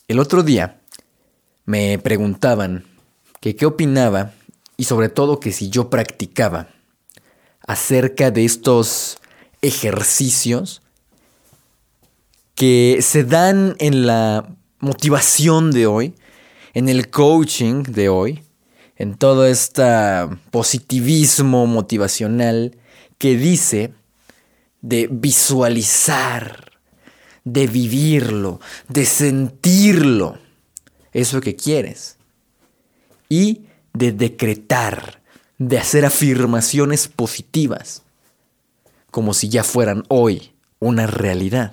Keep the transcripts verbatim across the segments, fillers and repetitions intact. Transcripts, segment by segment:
El otro día me preguntaban que qué opinaba y sobre todo que si yo practicaba acerca de estos ejercicios que se dan en la motivación de hoy, en el coaching de hoy, en todo este positivismo motivacional que dice de visualizar, de vivirlo, de sentirlo, eso que quieres, y de decretar, de hacer afirmaciones positivas, como si ya fueran hoy una realidad.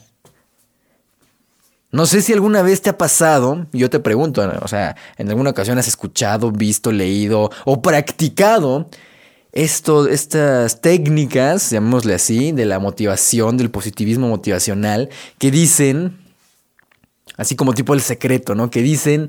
No sé si alguna vez te ha pasado, yo te pregunto, o sea, en alguna ocasión has escuchado, visto, leído o practicado esto, estas técnicas, llamémosle así, de la motivación, del positivismo motivacional, que dicen, así como tipo El Secreto, ¿no? Que dicen,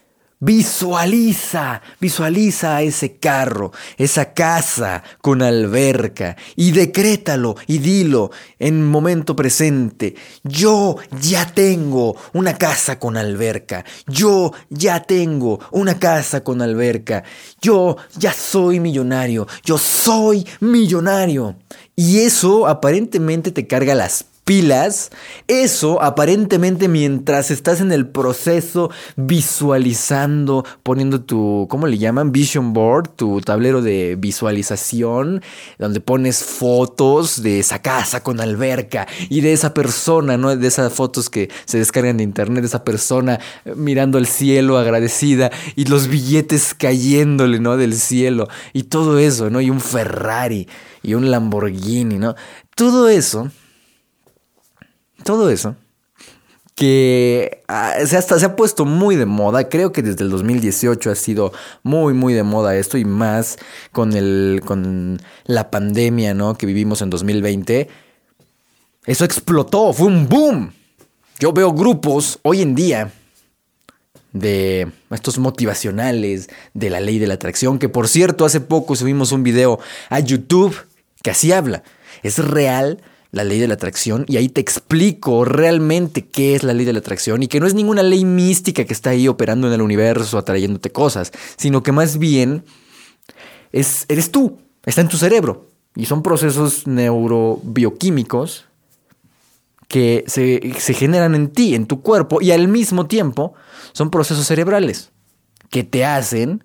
visualiza, visualiza ese carro, esa casa con alberca y decrétalo y dilo en momento presente. Yo ya tengo una casa con alberca. Yo ya tengo una casa con alberca. Yo ya soy millonario. Yo soy millonario. Y eso aparentemente te carga las pilas. Eso aparentemente mientras estás en el proceso visualizando, poniendo tu, ¿cómo le llaman? Vision board, tu tablero de visualización, donde pones fotos de esa casa con alberca y de esa persona, ¿no? De esas fotos que se descargan de internet, de esa persona mirando al cielo agradecida y los billetes cayéndole, ¿no? Del cielo y todo eso, ¿no? Y un Ferrari y un Lamborghini, ¿no? Todo eso Todo eso, que ah, se, hasta se ha puesto muy de moda. Creo que desde el dos mil dieciocho ha sido muy, muy de moda esto. Y más con, el, con la pandemia, ¿no? Que vivimos en dos mil veinte. Eso explotó, fue un boom. Yo veo grupos hoy en día de estos motivacionales, de la ley de la atracción. Que por cierto, hace poco subimos un video a YouTube que así habla. Es real la ley de la atracción, y ahí te explico realmente qué es la ley de la atracción y que no es ninguna ley mística que está ahí operando en el universo atrayéndote cosas, sino que más bien es, eres tú, está en tu cerebro y son procesos neurobioquímicos que se, se generan en ti, en tu cuerpo, y al mismo tiempo son procesos cerebrales que te hacen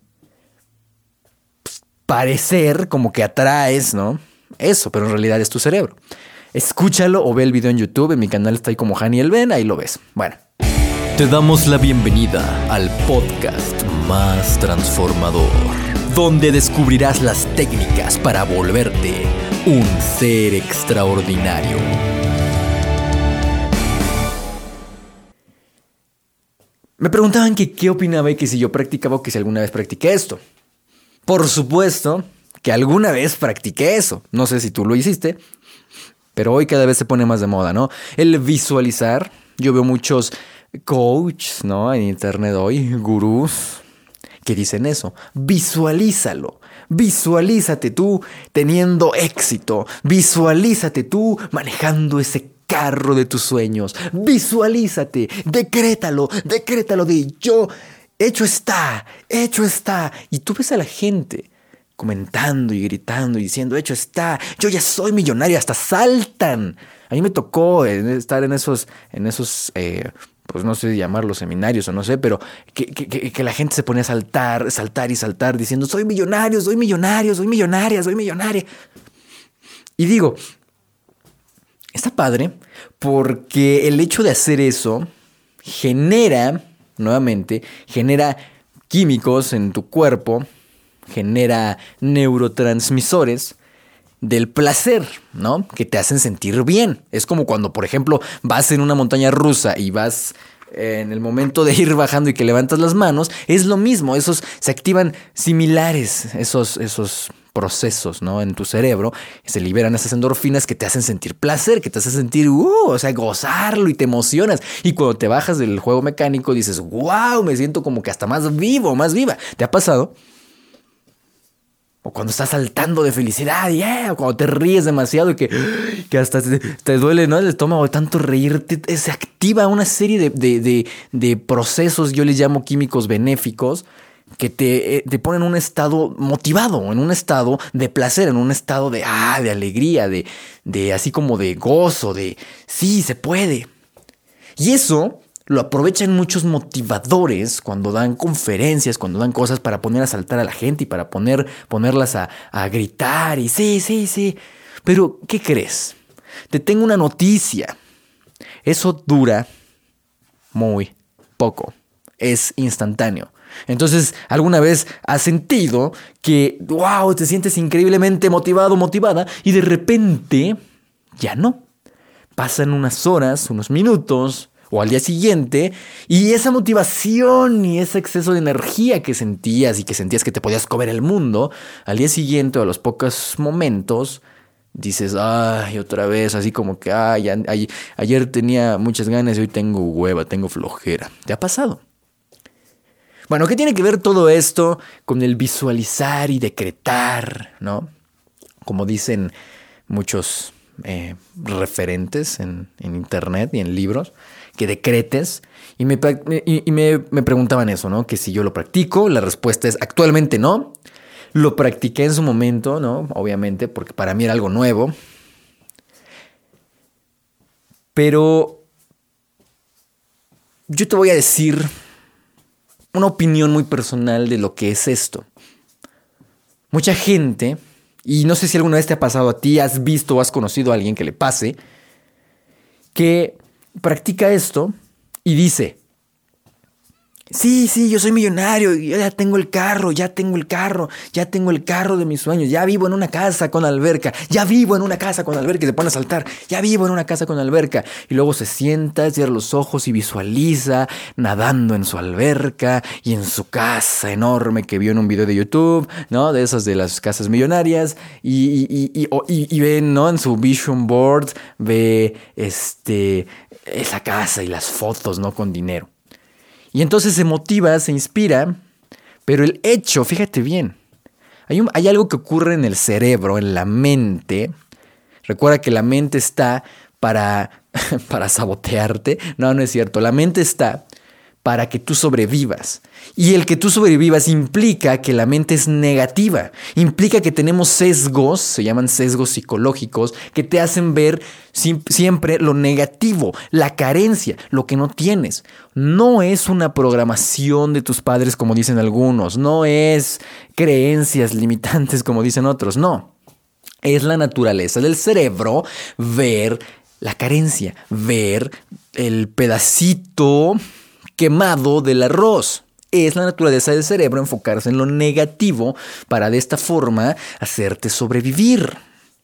pues, parecer como que atraes, ¿no? Eso, pero en realidad es tu cerebro. Escúchalo o ve el video en YouTube. En mi canal está ahí como Haniel Ben, ahí lo ves. Bueno. Te damos la bienvenida al podcast más transformador, donde descubrirás las técnicas para volverte un ser extraordinario. Me preguntaban que qué opinaba y que si yo practicaba o que si alguna vez practiqué esto. Por supuesto que alguna vez practiqué eso. No sé si tú lo hiciste, pero hoy cada vez se pone más de moda, ¿no? El visualizar. Yo veo muchos coaches, ¿no? En internet hoy, gurús, que dicen eso. Visualízalo. Visualízate tú teniendo éxito. Visualízate tú manejando ese carro de tus sueños. Visualízate. Decrétalo. Decrétalo de yo. Hecho está. Hecho está. Y tú ves a la gente comentando y gritando y diciendo, hecho está, yo ya soy millonario, hasta saltan. A mí me tocó estar en esos, en esos, eh, pues no sé llamarlos seminarios o no sé, pero que, que, que la gente se ponía a saltar, saltar y saltar diciendo, soy millonario, soy millonario, soy millonaria, soy millonaria. Y digo, está padre porque el hecho de hacer eso genera, nuevamente, genera químicos en tu cuerpo, genera neurotransmisores del placer, ¿no? Que te hacen sentir bien. Es como cuando, por ejemplo, vas en una montaña rusa y vas eh, en el momento de ir bajando y que levantas las manos. Es lo mismo, esos se activan similares, esos, esos procesos, ¿no? En tu cerebro se liberan esas endorfinas que te hacen sentir placer, que te hacen sentir, uh, o sea, gozarlo y te emocionas. Y cuando te bajas del juego mecánico dices, wow, me siento como que hasta más vivo, más viva. ¿Te ha pasado? O cuando estás saltando de felicidad, yeah, o cuando te ríes demasiado y que, que hasta te, te duele, ¿no?, el estómago de tanto reírte. Se activa una serie de, de, de, de procesos, yo les llamo químicos benéficos, que te, te ponen en un estado motivado, en un estado de placer, en un estado de, ah, de alegría, de, de así como de gozo, de sí, se puede. Y eso lo aprovechan muchos motivadores cuando dan conferencias, cuando dan cosas para poner a saltar a la gente y para poner, ponerlas a, a gritar y sí, sí, sí. Pero, ¿qué crees? Te tengo una noticia. Eso dura muy poco. Es instantáneo. Entonces, ¿alguna vez has sentido que, wow, te sientes increíblemente motivado, motivada y de repente ya no? Pasan unas horas, unos minutos o al día siguiente, y esa motivación y ese exceso de energía que sentías y que sentías que te podías comer el mundo, al día siguiente o a los pocos momentos dices, ay, otra vez, así como que, ay, ay, ayer tenía muchas ganas y hoy tengo hueva, tengo flojera. ¿Te ha pasado? Bueno, ¿qué tiene que ver todo esto con el visualizar y decretar, ¿no? Como dicen muchos eh, referentes en, en internet y en libros, que decretes, y, me, y, y me, me preguntaban eso, ¿no? Que si yo lo practico, la respuesta es actualmente no. Lo practiqué en su momento, ¿no? Obviamente, porque para mí era algo nuevo. Pero yo te voy a decir una opinión muy personal de lo que es esto. Mucha gente, y no sé si alguna vez te ha pasado a ti, has visto o has conocido a alguien que le pase, que practica esto y dice, sí, sí, yo soy millonario, ya tengo el carro, ya tengo el carro, ya tengo el carro de mis sueños, ya vivo en una casa con alberca, ya vivo en una casa con alberca, y se pone a saltar, ya vivo en una casa con alberca, y luego se sienta, cierra los ojos y visualiza nadando en su alberca y en su casa enorme que vio en un video de YouTube, ¿no? De esas de las casas millonarias, y, y, y, y, y ve, ¿no?, en su vision board, ve este, esa casa y las fotos, ¿no?, con dinero. Y entonces se motiva, se inspira, pero el hecho, fíjate bien, hay, un, hay algo que ocurre en el cerebro, en la mente. Recuerda que la mente está para, para sabotearte. No, no es cierto. La mente está para que tú sobrevivas. Y el que tú sobrevivas implica que la mente es negativa. Implica que tenemos sesgos, se llaman sesgos psicológicos, que te hacen ver siempre lo negativo, la carencia, lo que no tienes. No es una programación de tus padres, como dicen algunos. No es creencias limitantes, como dicen otros. No. Es la naturaleza del cerebro ver la carencia, ver el pedacito quemado del arroz. Es la naturaleza del cerebro enfocarse en lo negativo para de esta forma hacerte sobrevivir.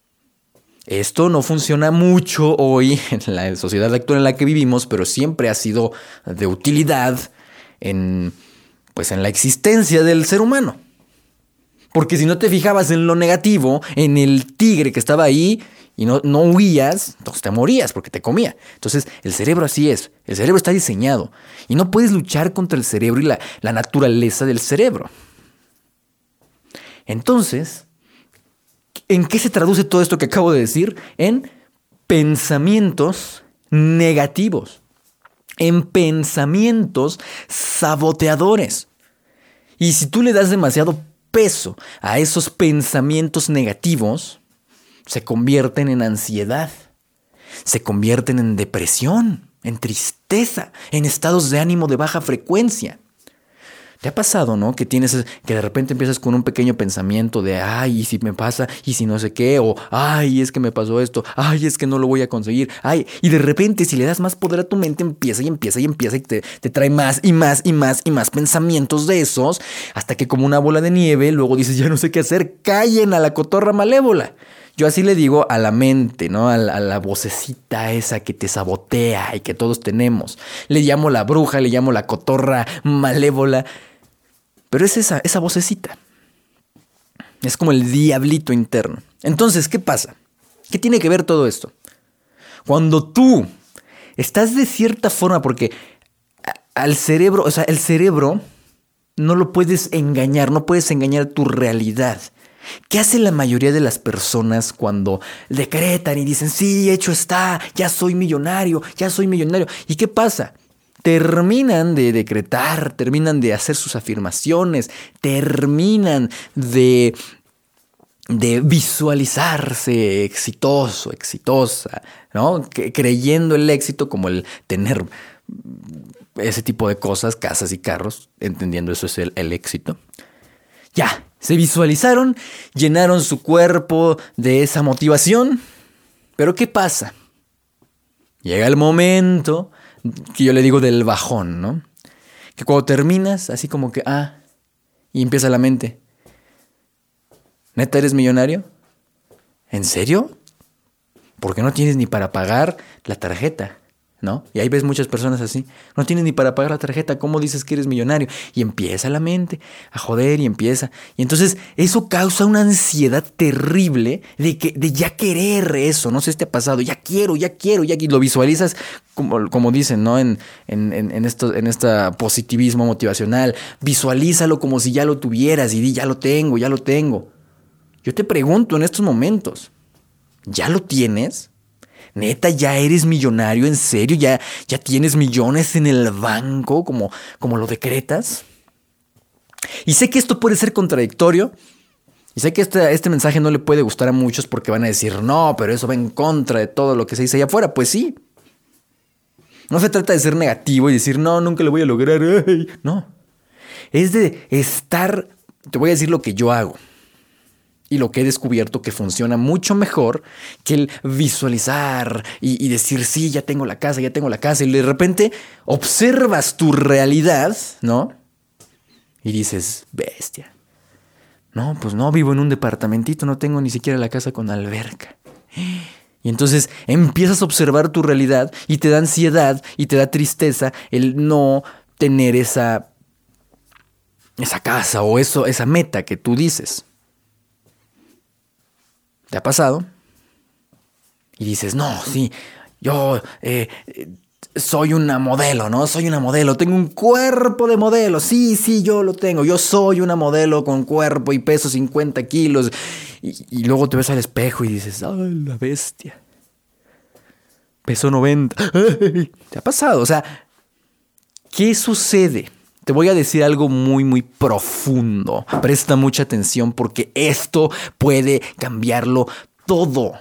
Esto no funciona mucho hoy en la sociedad actual en la que vivimos, pero siempre ha sido de utilidad en, pues, en la existencia del ser humano. Porque si no te fijabas en lo negativo, en el tigre que estaba ahí, y no, no huías, entonces te morías porque te comía. Entonces el cerebro así es, el cerebro está diseñado y no puedes luchar contra el cerebro y la, la naturaleza del cerebro. Entonces, ¿en qué se traduce todo esto que acabo de decir? En pensamientos negativos, en pensamientos saboteadores. Y si tú le das demasiado peso a esos pensamientos negativos, se convierten en ansiedad, se convierten en depresión, en tristeza, en estados de ánimo de baja frecuencia. ¿Te ha pasado, no? Que tienes, que de repente empiezas con un pequeño pensamiento de, ay, ¿y si me pasa? ¿Y si no sé qué? O, ay, es que me pasó esto. Ay, es que no lo voy a conseguir. Ay, y de repente, si le das más poder a tu mente, empieza y empieza y empieza y te, te trae más y más y más y más pensamientos de esos, hasta que como una bola de nieve, luego dices, ya no sé qué hacer, callen a la cotorra malévola. Yo así le digo a la mente, ¿no? A la, a la vocecita esa que te sabotea y que todos tenemos. Le llamo la bruja, le llamo la cotorra malévola. Pero es esa, esa vocecita. Es como el diablito interno. Entonces, ¿qué pasa? ¿Qué tiene que ver todo esto? Cuando tú estás de cierta forma, porque al cerebro, o sea, el cerebro no lo puedes engañar, no puedes engañar tu realidad. ¿Qué hace la mayoría de las personas cuando decretan y dicen, sí, hecho está, ya soy millonario, ya soy millonario? ¿Y qué pasa? Terminan de decretar, terminan de hacer sus afirmaciones, terminan de, de visualizarse exitoso, exitosa, ¿no? Que, creyendo el éxito como el tener ese tipo de cosas, casas y carros, entendiendo eso es el, el éxito. Ya, se visualizaron, llenaron su cuerpo de esa motivación, pero ¿qué pasa? Llega el momento que yo le digo del bajón, ¿no? Que cuando terminas, así como que, ah, y empieza la mente. ¿Neta eres millonario? ¿En serio? Porque no tienes ni para pagar la tarjeta, ¿no? Y ahí ves muchas personas así. No tienes ni para pagar la tarjeta. ¿Cómo dices que eres millonario? Y empieza la mente a joder y empieza. Y entonces eso causa una ansiedad terrible de, que, de ya querer eso. No sé si te ha pasado. Ya quiero, ya quiero, ya quiero. Lo visualizas como, como dicen, ¿no? En, en, en, en, esto, en este positivismo motivacional. Visualízalo como si ya lo tuvieras y di, ya lo tengo, ya lo tengo. Yo te pregunto en estos momentos, ¿ya lo tienes? ¿Neta ya eres millonario? ¿En serio? ¿Ya, ya tienes millones en el banco como, como lo decretas? Y sé que esto puede ser contradictorio. Y sé que este, este mensaje no le puede gustar a muchos porque van a decir, no, pero eso va en contra de todo lo que se dice allá afuera. Pues sí. No se trata de ser negativo y decir, no, nunca lo voy a lograr. Ay. No. Es de estar, te voy a decir lo que yo hago. Y lo que he descubierto que funciona mucho mejor que el visualizar y, y decir, sí, ya tengo la casa, ya tengo la casa. Y de repente observas tu realidad, ¿no? Y dices, bestia. No, pues no, vivo en un departamentito, no tengo ni siquiera la casa con alberca. Y entonces empiezas a observar tu realidad y te da ansiedad y te da tristeza el no tener esa, esa casa o eso, esa meta que tú dices. ¿Te ha pasado? Y dices, no, sí, yo eh, soy una modelo, ¿no? Soy una modelo, tengo un cuerpo de modelo. Sí, sí, yo lo tengo. Yo soy una modelo con cuerpo y peso cincuenta kilos. Y, y luego te ves al espejo y dices, ¡ay, la bestia! Peso noventa. ¡Ay! ¿Te ha pasado? O sea, ¿qué sucede? Te voy a decir algo muy, muy profundo. Presta mucha atención porque esto puede cambiarlo todo.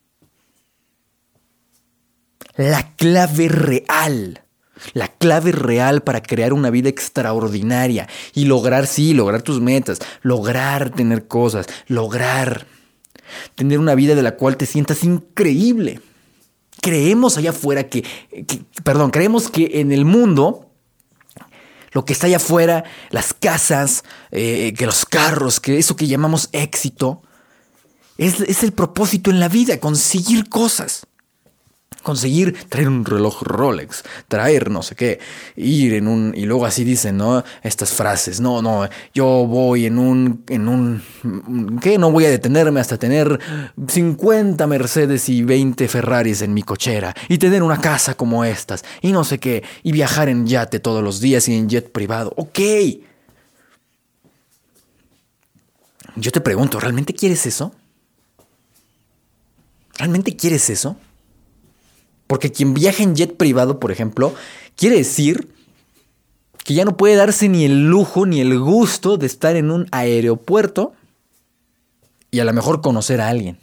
La clave real, la clave real para crear una vida extraordinaria y lograr, sí, lograr tus metas, lograr tener cosas, lograr tener una vida de la cual te sientas increíble. Creemos allá afuera que, que perdón, creemos que en el mundo... Lo que está allá afuera, las casas, eh, que los carros, que eso que llamamos éxito, es, es el propósito en la vida, conseguir cosas. Conseguir traer un reloj Rolex, traer no sé qué, ir en un... Y luego así dicen, ¿no? Estas frases, no, no, yo voy en un... en un ¿qué? No voy a detenerme hasta tener cincuenta Mercedes y veinte Ferraris en mi cochera y tener una casa como estas y no sé qué, y viajar en yate todos los días y en jet privado. Ok. Yo te pregunto, ¿realmente quieres eso? ¿Realmente quieres eso? Porque quien viaja en jet privado, por ejemplo, quiere decir que ya no puede darse ni el lujo ni el gusto de estar en un aeropuerto y a lo mejor conocer a alguien.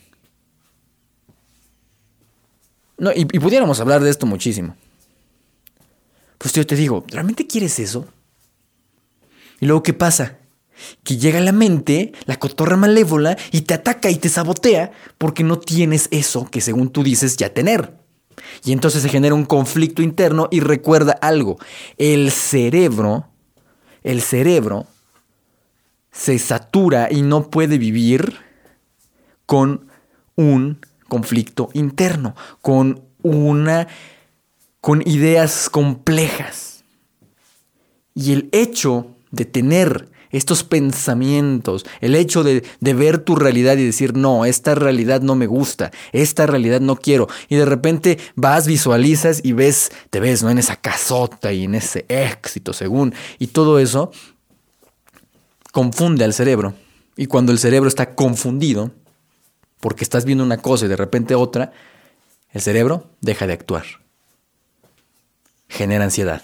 No, y, y pudiéramos hablar de esto muchísimo. Pues yo te digo, ¿realmente quieres eso? Y luego, ¿qué pasa? Que llega a la mente la cotorra malévola y te ataca y te sabotea porque no tienes eso que según tú dices ya tener. Y entonces se genera un conflicto interno y recuerda algo. El cerebro, el cerebro se satura y no puede vivir con un conflicto interno, con una, con ideas complejas. Y el hecho de tener estos pensamientos, el hecho de, de ver tu realidad y decir, no, esta realidad no me gusta, esta realidad no quiero. Y de repente vas, visualizas y ves, te ves, ¿no? En esa casota y en ese éxito, según. Y todo eso confunde al cerebro Y cuando el cerebro está confundido, porque estás viendo una cosa y de repente otra, el cerebro deja de actuar. Genera ansiedad.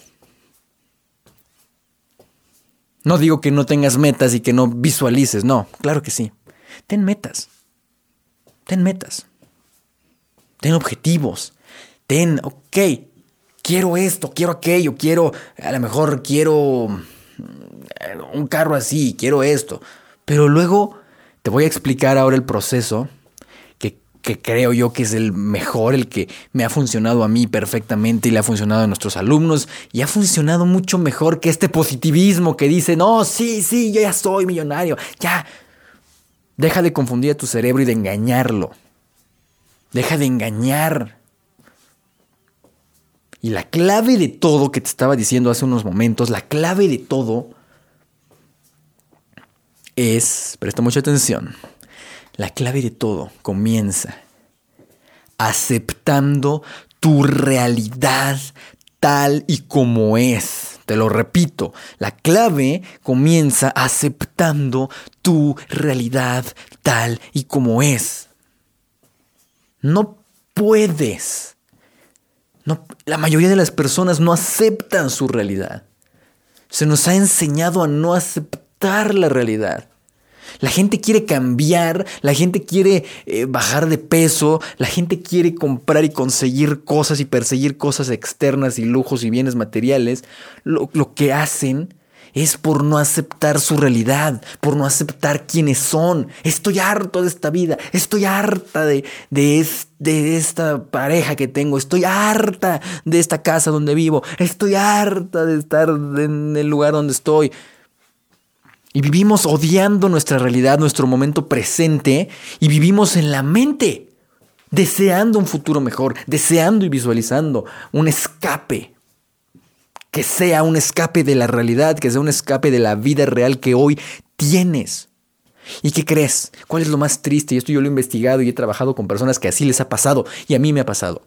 No digo que no tengas metas y que no visualices, no, claro que sí. Ten metas. Ten metas. Ten objetivos. Ten, ok, quiero esto, quiero aquello, quiero, a lo mejor quiero un carro así, quiero esto. Pero luego te voy a explicar ahora el proceso que, que creo yo que es el mejor, el que me ha funcionado a mí perfectamente y le ha funcionado a nuestros alumnos y ha funcionado mucho mejor que este positivismo que dice, no, sí, sí, yo ya soy millonario, ya. Deja de confundir a tu cerebro y de engañarlo. Deja de engañar. Y la clave de todo que te estaba diciendo hace unos momentos, la clave de todo es, presta mucha atención, la clave de todo comienza aceptando tu realidad tal y como es. Te lo repito, la clave comienza aceptando tu realidad tal y como es. No puedes. No, la mayoría de las personas no aceptan su realidad. Se nos ha enseñado a no aceptar la realidad. La gente quiere cambiar, la gente quiere eh, bajar de peso, la gente quiere comprar y conseguir cosas y perseguir cosas externas y lujos y bienes materiales. Lo, lo que hacen es por no aceptar su realidad, por no aceptar quiénes son. Estoy harto de esta vida, estoy harta de, de, es, de esta pareja que tengo, estoy harta de esta casa donde vivo, estoy harta de estar en el lugar donde estoy. Y vivimos odiando nuestra realidad, nuestro momento presente, y vivimos en la mente, deseando un futuro mejor, deseando y visualizando un escape. Que sea un escape de la realidad, que sea un escape de la vida real que hoy tienes. ¿Y qué crees? ¿Cuál es lo más triste? Y esto yo lo he investigado y he trabajado con personas que así les ha pasado, y a mí me ha pasado.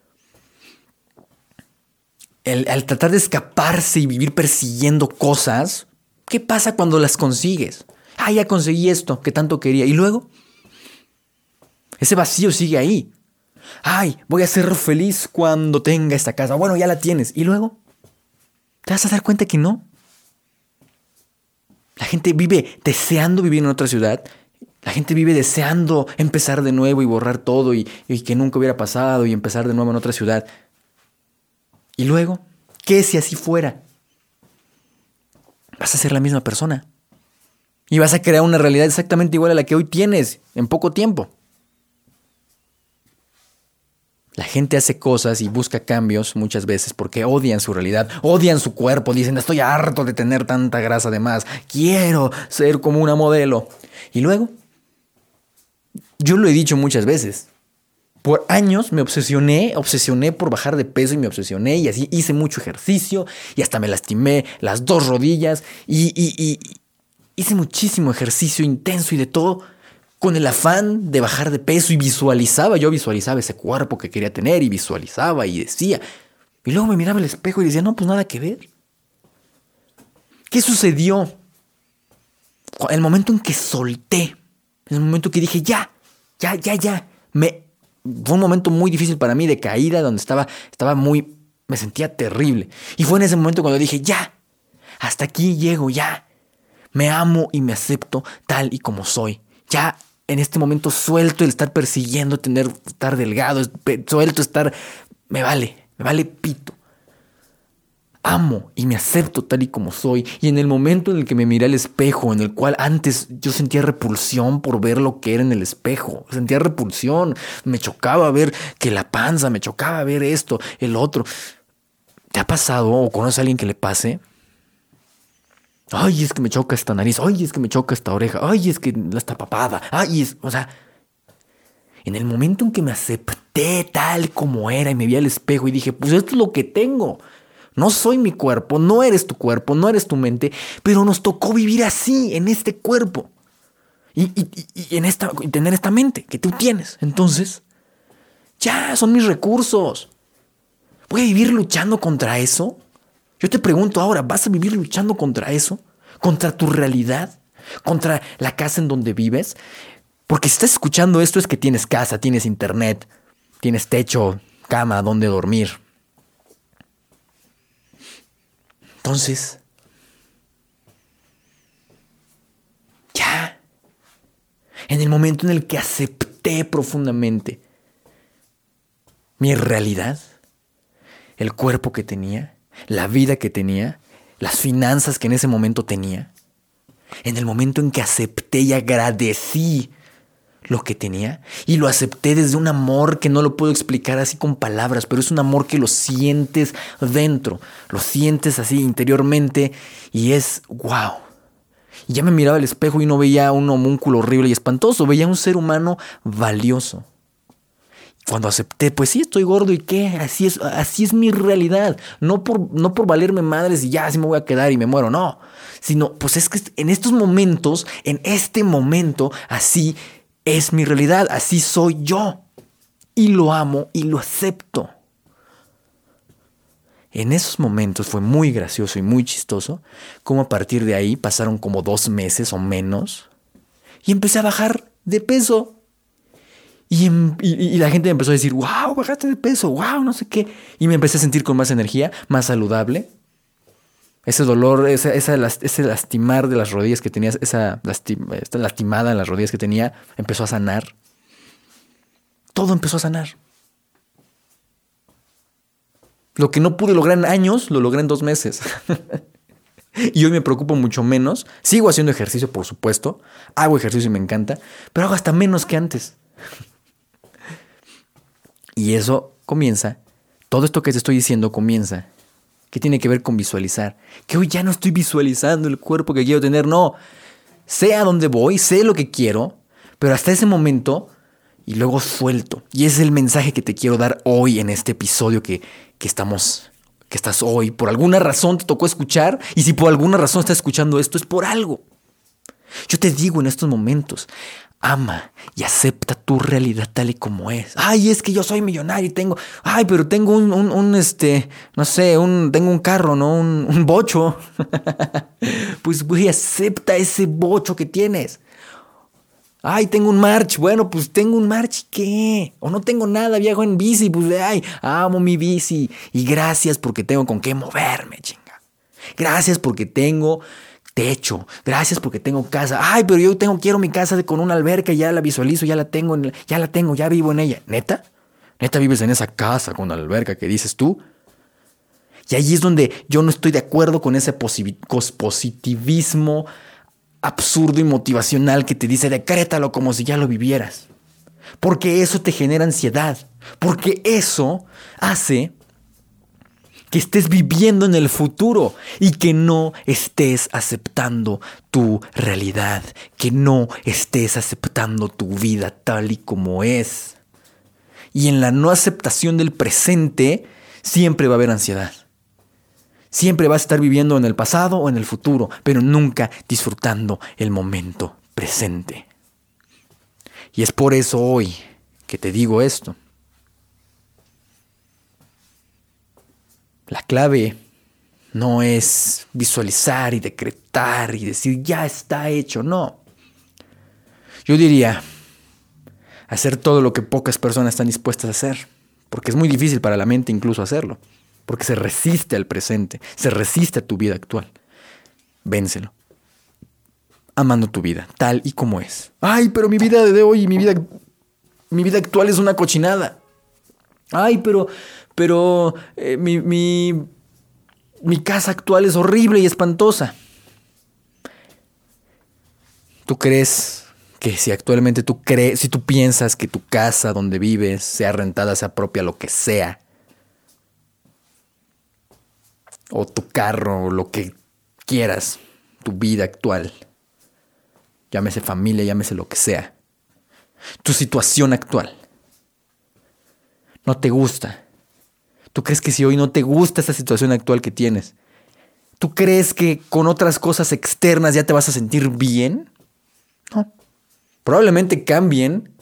El, al tratar de escaparse y vivir persiguiendo cosas, ¿qué pasa cuando las consigues? Ah, ya conseguí esto que tanto quería. ¿Y luego? Ese vacío sigue ahí. Ay, voy a ser feliz cuando tenga esta casa. Bueno, ya la tienes. ¿Y luego? ¿Te vas a dar cuenta que no? La gente vive deseando vivir en otra ciudad. La gente vive deseando empezar de nuevo y borrar todo y, y que nunca hubiera pasado y empezar de nuevo en otra ciudad. ¿Y luego? ¿Qué si así fuera? Vas a ser la misma persona. Y vas a crear una realidad exactamente igual a la que hoy tienes en poco tiempo. La gente hace cosas y busca cambios muchas veces porque odian su realidad, odian su cuerpo, dicen estoy harto de tener tanta grasa de más, quiero ser como una modelo. Y luego, yo lo he dicho muchas veces, por años me obsesioné, obsesioné por bajar de peso y me obsesioné y así hice mucho ejercicio y hasta me lastimé las dos rodillas y, y, y hice muchísimo ejercicio intenso y de todo con el afán de bajar de peso y visualizaba, yo visualizaba ese cuerpo que quería tener y visualizaba y decía. Y luego me miraba al espejo y decía, no, pues nada que ver. ¿Qué sucedió? El momento en que solté, el momento que dije, ya, ya, ya, ya, me... Fue un momento muy difícil para mí de caída, donde estaba, estaba muy, me sentía terrible. Y fue en ese momento cuando dije, ya, hasta aquí llego, ya. Me amo y me acepto tal y como soy. Ya en este momento suelto el estar persiguiendo, tener, estar delgado, suelto estar, me vale, me vale pito. Amo y me acepto tal y como soy. Y en el momento en el que me miré al espejo, en el cual antes yo sentía repulsión por ver lo que era en el espejo. Sentía repulsión. Me chocaba ver que la panza, me chocaba ver esto, el otro. ¿Te ha pasado o conoces a alguien que le pase? Ay, es que me choca esta nariz. Ay, es que me choca esta oreja. Ay, es que esta papada. Ay, es... O sea, en el momento en que me acepté tal como era y me vi al espejo y dije, pues esto es lo que tengo. No soy mi cuerpo, no eres tu cuerpo, no eres tu mente, pero nos tocó vivir así, en este cuerpo. Y, y, y, en esta, y tener esta mente que tú tienes. Entonces, ya, son mis recursos. ¿Voy a vivir luchando contra eso? Yo te pregunto ahora, ¿vas a vivir luchando contra eso? ¿Contra tu realidad? contra la casa en donde vives. Porque si estás escuchando esto es que tienes casa, tienes internet, tienes techo, cama, donde dormir. Entonces, ya, en el momento en el que acepté profundamente mi realidad, el cuerpo que tenía, la vida que tenía, las finanzas que en ese momento tenía, en el momento en que acepté y agradecí lo que tenía, y lo acepté desde un amor que no lo puedo explicar así con palabras, pero es un amor que lo sientes dentro, lo sientes así interiormente y es wow. Y ya me miraba al espejo y no veía un homúnculo horrible y espantoso, veía un ser humano valioso. Cuando acepté, pues sí, estoy gordo y qué, así es, así es mi realidad. No por, no por valerme madres y ya así me voy a quedar y me muero, no. Sino, pues es que en estos momentos, en este momento, así es mi realidad, así soy yo. Y lo amo y lo acepto. En esos momentos fue muy gracioso y muy chistoso, como a partir de ahí pasaron como dos meses o menos y empecé a bajar de peso. Y, y, y la gente me empezó a decir, wow, bajaste de peso, wow, no sé qué. Y me empecé a sentir con más energía, más saludable. Ese dolor, esa, esa, ese lastimar de las rodillas que tenías, esa, lastim, esta lastimada en las rodillas que tenía, empezó a sanar. Todo empezó a sanar. Lo que no pude lograr en años, lo logré en dos meses. Y hoy me preocupo mucho menos. Sigo haciendo ejercicio, por supuesto. Hago ejercicio y me encanta. Pero hago hasta menos que antes. Y eso comienza, todo esto que te estoy diciendo comienza, que tiene que ver con visualizar. Que hoy ya no estoy visualizando el cuerpo que quiero tener, no. Sé a dónde voy, sé lo que quiero, pero hasta ese momento, y luego suelto. Y ese es el mensaje que te quiero dar hoy en este episodio que, que estamos, que estás hoy. Por alguna razón te tocó escuchar, y si por alguna razón estás escuchando esto, es por algo. Yo te digo en estos momentos, ama y acepta tu realidad tal y como es. Ay, es que yo soy millonario y tengo... Ay, pero tengo un, un, un este... No sé, un, tengo un carro, ¿no? Un, un bocho. Pues, güey, acepta ese bocho que tienes. Ay, tengo un March. Bueno, pues tengo un March, ¿qué? O no tengo nada, viajo en bici. Pues, ay, amo mi bici. Y gracias porque tengo con qué moverme, chinga. Gracias porque tengo... techo, gracias porque tengo casa. Ay, pero yo tengo, quiero mi casa de, con una alberca, ya la visualizo, ya la tengo, en, ya la tengo, ya vivo en ella. ¿Neta? ¿Neta vives en esa casa con alberca que dices tú? Y ahí es donde yo no estoy de acuerdo con ese positivismo absurdo y motivacional que te dice decrétalo como si ya lo vivieras. Porque eso te genera ansiedad. Porque eso hace que estés viviendo en el futuro y que no estés aceptando tu realidad, que no estés aceptando tu vida tal y como es. Y en la no aceptación del presente siempre va a haber ansiedad. Siempre vas a estar viviendo en el pasado o en el futuro, pero nunca disfrutando el momento presente. Y es por eso hoy que te digo esto. La clave no es visualizar y decretar y decir ya está hecho, no. Yo diría hacer todo lo que pocas personas están dispuestas a hacer, porque es muy difícil para la mente incluso hacerlo, porque se resiste al presente, se resiste a tu vida actual. Vénselo, amando tu vida tal y como es. Ay, pero mi vida de hoy y mi vida, mi vida actual es una cochinada. Ay, pero... Pero eh, mi, mi, mi casa actual es horrible y espantosa. ¿Tú crees que si actualmente tú crees, si tú piensas que tu casa donde vives, sea rentada, sea propia, lo que sea, o tu carro, o lo que quieras, tu vida actual, llámese familia, llámese lo que sea, tu situación actual, no te gusta? ¿Tú crees que si hoy no te gusta esta situación actual que tienes, tú crees que con otras cosas externas ya te vas a sentir bien? No. Probablemente cambien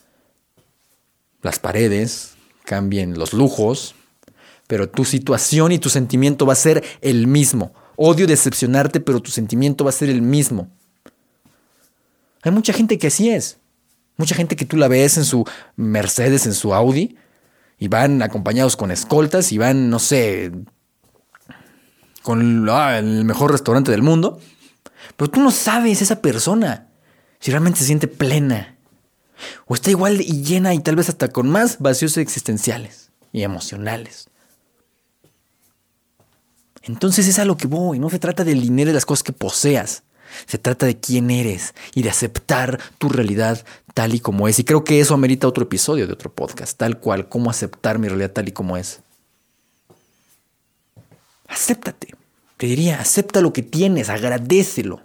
las paredes, cambien los lujos, pero tu situación y tu sentimiento va a ser el mismo. Odio decepcionarte, pero tu sentimiento va a ser el mismo. Hay mucha gente que así es. Mucha gente que tú la ves en su Mercedes, en su Audi, y van acompañados con escoltas y van, no sé, con ah, el mejor restaurante del mundo. Pero tú no sabes esa persona si realmente se siente plena o está igual y llena y tal vez hasta con más vacíos existenciales y emocionales. Entonces es a lo que voy. No se trata del dinero y las cosas que poseas. Se trata de quién eres y de aceptar tu realidad tal y como es. Y creo que eso amerita otro episodio de otro podcast, tal cual, cómo aceptar mi realidad tal y como es. Acéptate. Te diría, acepta lo que tienes, agradécelo.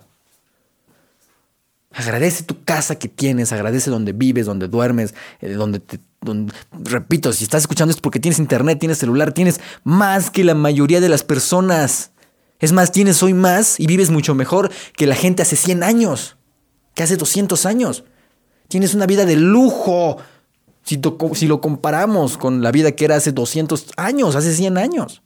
Agradece tu casa que tienes, agradece donde vives, donde duermes, eh, donde te... Donde, repito, si estás escuchando esto porque tienes internet, tienes celular, tienes más que la mayoría de las personas. Es más, tienes hoy más y vives mucho mejor que la gente hace cien años, que hace doscientos años. Tienes una vida de lujo si, to, si lo comparamos con la vida que era hace doscientos años, hace cien años.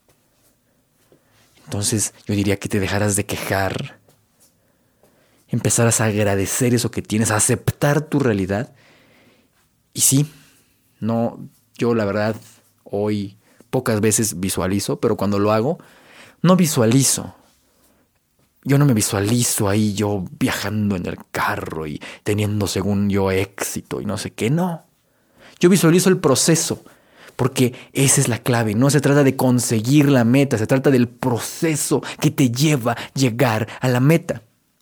Entonces yo diría que te dejaras de quejar, empezaras a agradecer eso que tienes, a aceptar tu realidad. Y sí, no, yo la verdad hoy pocas veces visualizo, pero cuando lo hago, no visualizo. Yo no me visualizo ahí yo viajando en el carro y teniendo según yo éxito y no sé qué, no. Yo visualizo el proceso, porque esa es la clave. No se trata de conseguir la meta, se trata del proceso que te lleva a llegar a la meta.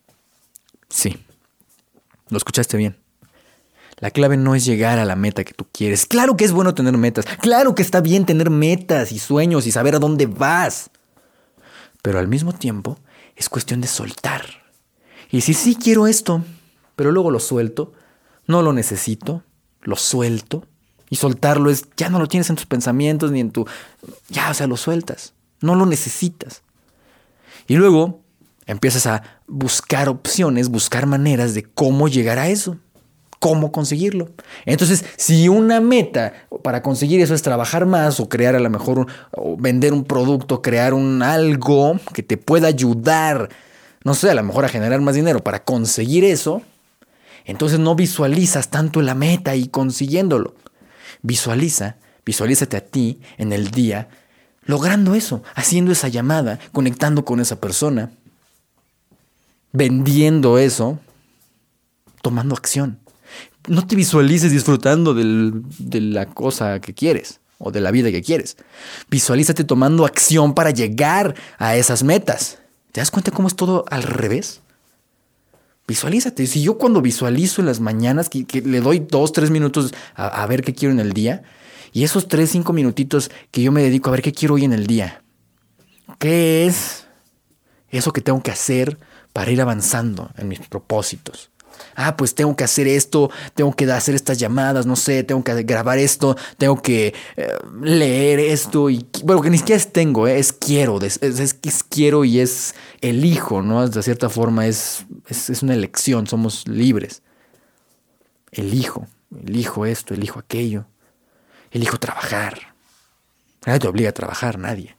Sí, lo escuchaste bien. La clave no es llegar a la meta que tú quieres. Claro que es bueno tener metas. Claro que está bien tener metas y sueños y saber a dónde vas. Pero al mismo tiempo es cuestión de soltar. Y decir, sí quiero esto, pero luego lo suelto. No lo necesito, lo suelto. Y soltarlo es, ya no lo tienes en tus pensamientos ni en tu... Ya, o sea, lo sueltas. No lo necesitas. Y luego empiezas a buscar opciones, buscar maneras de cómo llegar a eso. Cómo conseguirlo. Entonces, si una meta para conseguir eso es trabajar más o crear a lo mejor un, o vender un producto, crear un algo que te pueda ayudar, no sé, a lo mejor a generar más dinero para conseguir eso, entonces no visualizas tanto la meta y consiguiéndolo. Visualiza, visualízate a ti en el día logrando eso, haciendo esa llamada, conectando con esa persona, vendiendo eso, tomando acción. No te visualices disfrutando del, de la cosa que quieres o de la vida que quieres. Visualízate tomando acción para llegar a esas metas. ¿Te das cuenta cómo es todo al revés? Visualízate. Si yo cuando visualizo en las mañanas, que, que le doy dos, tres minutos a, a ver qué quiero en el día, y esos tres, cinco minutitos que yo me dedico a ver qué quiero hoy en el día, ¿qué es eso que tengo que hacer para ir avanzando en mis propósitos? Ah, pues tengo que hacer esto, tengo que hacer estas llamadas, no sé, tengo que grabar esto, tengo que eh, leer esto y bueno, que ni siquiera es tengo, eh, es quiero, es, es, es quiero y es elijo, ¿no? De cierta forma es, es, es una elección, somos libres. Elijo, elijo esto, elijo aquello, elijo trabajar. Nadie te obliga a trabajar, nadie.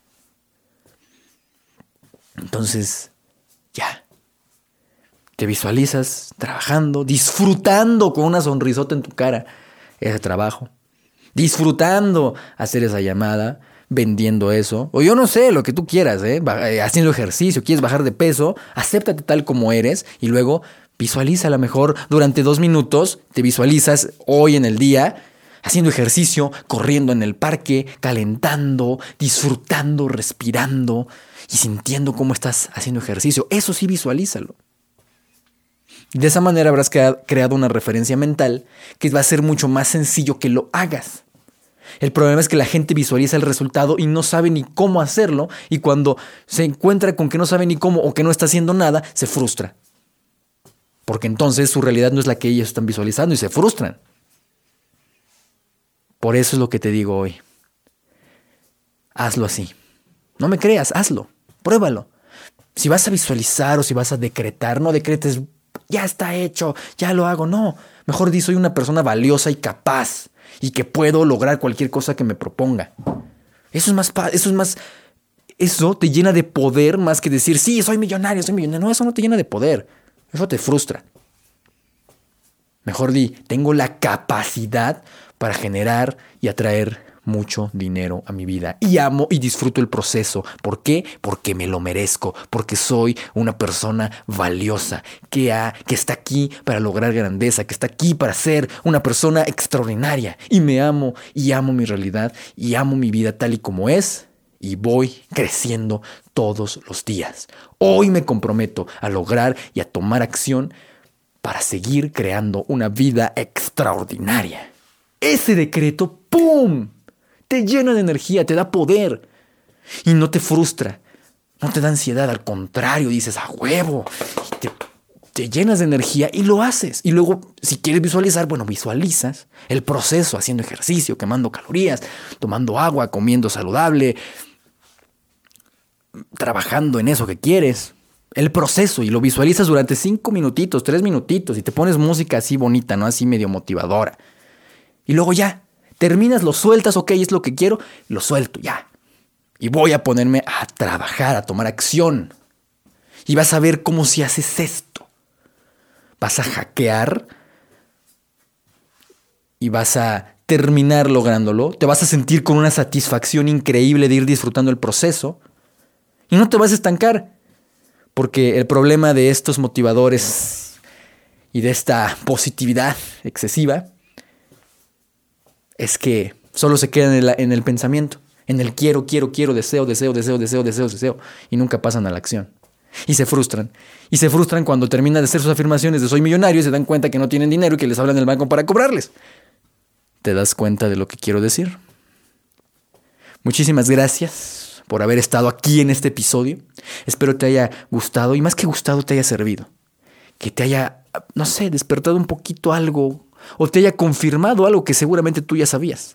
Entonces, ya. Te visualizas trabajando, disfrutando con una sonrisota en tu cara ese trabajo. Disfrutando hacer esa llamada, vendiendo eso. O yo no sé, lo que tú quieras, ¿eh? Haciendo ejercicio, quieres bajar de peso, acéptate tal como eres y luego visualiza a lo mejor durante dos minutos, te visualizas hoy en el día haciendo ejercicio, corriendo en el parque, calentando, disfrutando, respirando y sintiendo cómo estás haciendo ejercicio. Eso sí, visualízalo. De esa manera habrás creado una referencia mental que va a ser mucho más sencillo que lo hagas. El problema es que la gente visualiza el resultado y no sabe ni cómo hacerlo, y cuando se encuentra con que no sabe ni cómo o que no está haciendo nada, se frustra. Porque entonces su realidad no es la que ellos están visualizando y se frustran. Por eso es lo que te digo hoy. Hazlo así. No me creas, hazlo. Pruébalo. Si vas a visualizar o si vas a decretar, no decretes ya está hecho, ya lo hago. No, mejor di soy una persona valiosa y capaz y que puedo lograr cualquier cosa que me proponga. Eso es más, eso es más, eso te llena de poder más que decir sí, soy millonario, soy millonario. No, eso no te llena de poder. Eso te frustra. Mejor di, tengo la capacidad para generar y atraer mucho dinero a mi vida. Y amo y disfruto el proceso. ¿Por qué? Porque me lo merezco. Porque soy una persona valiosa que, ha, que está aquí para lograr grandeza, que está aquí para ser una persona extraordinaria. Y me amo y amo mi realidad y amo mi vida tal y como es. Y voy creciendo todos los días. Hoy me comprometo a lograr y a tomar acción para seguir creando una vida extraordinaria. Ese decreto, ¡pum!, te llena de energía, te da poder y no te frustra, no te da ansiedad, al contrario, dices a huevo, te, te llenas de energía y lo haces. Y luego, si quieres visualizar, bueno, visualizas el proceso, haciendo ejercicio, quemando calorías, tomando agua, comiendo saludable, trabajando en eso que quieres. El proceso, y lo visualizas durante cinco minutitos, tres minutitos, y te pones música así bonita, ¿no? Así medio motivadora. Y luego ya, terminas, lo sueltas, ok, es lo que quiero, lo suelto, ya. Y voy a ponerme a trabajar, a tomar acción. Y vas a ver cómo si haces esto. Vas a hackear y vas a terminar lográndolo. Te vas a sentir con una satisfacción increíble de ir disfrutando el proceso. Y no te vas a estancar. Porque el problema de estos motivadores y de esta positividad excesiva es que solo se quedan en el, en el pensamiento, en el quiero, quiero, quiero, deseo, deseo, deseo, deseo, deseo, deseo, y nunca pasan a la acción. Y se frustran. Y se frustran cuando terminan de hacer sus afirmaciones de soy millonario y se dan cuenta que no tienen dinero y que les hablan del banco para cobrarles. ¿Te das cuenta de lo que quiero decir? Muchísimas gracias por haber estado aquí en este episodio. Espero te haya gustado y más que gustado te haya servido. Que te haya, no sé, despertado un poquito algo o te haya confirmado algo que seguramente tú ya sabías.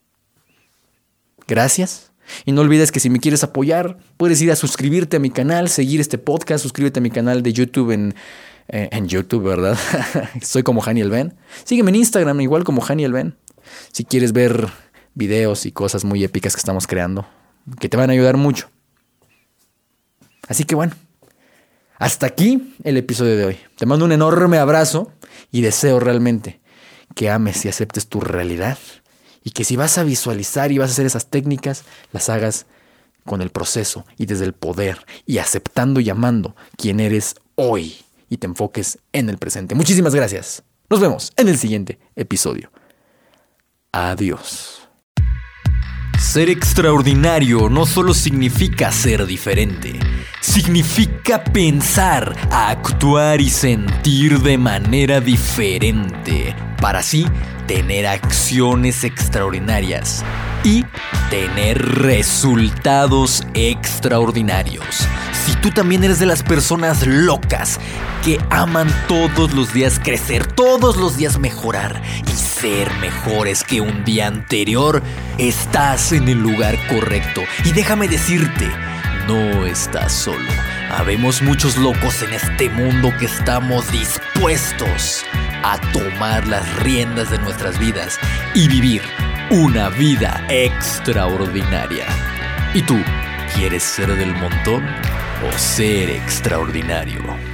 Gracias. Y no olvides que si me quieres apoyar, puedes ir a suscribirte a mi canal, seguir este podcast, suscríbete a mi canal de YouTube en, eh, en YouTube, ¿verdad? Soy como Haniel Ben. Sígueme en Instagram igual como Haniel Ben. Si quieres ver videos y cosas muy épicas que estamos creando, que te van a ayudar mucho. Así que bueno, hasta aquí el episodio de hoy. Te mando un enorme abrazo y deseo realmente que ames y aceptes tu realidad y que si vas a visualizar y vas a hacer esas técnicas, las hagas con el proceso y desde el poder y aceptando y amando quién eres hoy y te enfoques en el presente. Muchísimas gracias. Nos vemos en el siguiente episodio. Adiós. Ser extraordinario no solo significa ser diferente, significa pensar, actuar y sentir de manera diferente, para así tener acciones extraordinarias y tener resultados extraordinarios. Si tú también eres de las personas locas que aman todos los días crecer, todos los días mejorar y ser mejores que un día anterior, estás en el lugar correcto. Y déjame decirte, no estás solo. Habemos muchos locos en este mundo que estamos dispuestos a tomar las riendas de nuestras vidas y vivir una vida extraordinaria. ¿Y tú quieres ser del montón o ser extraordinario?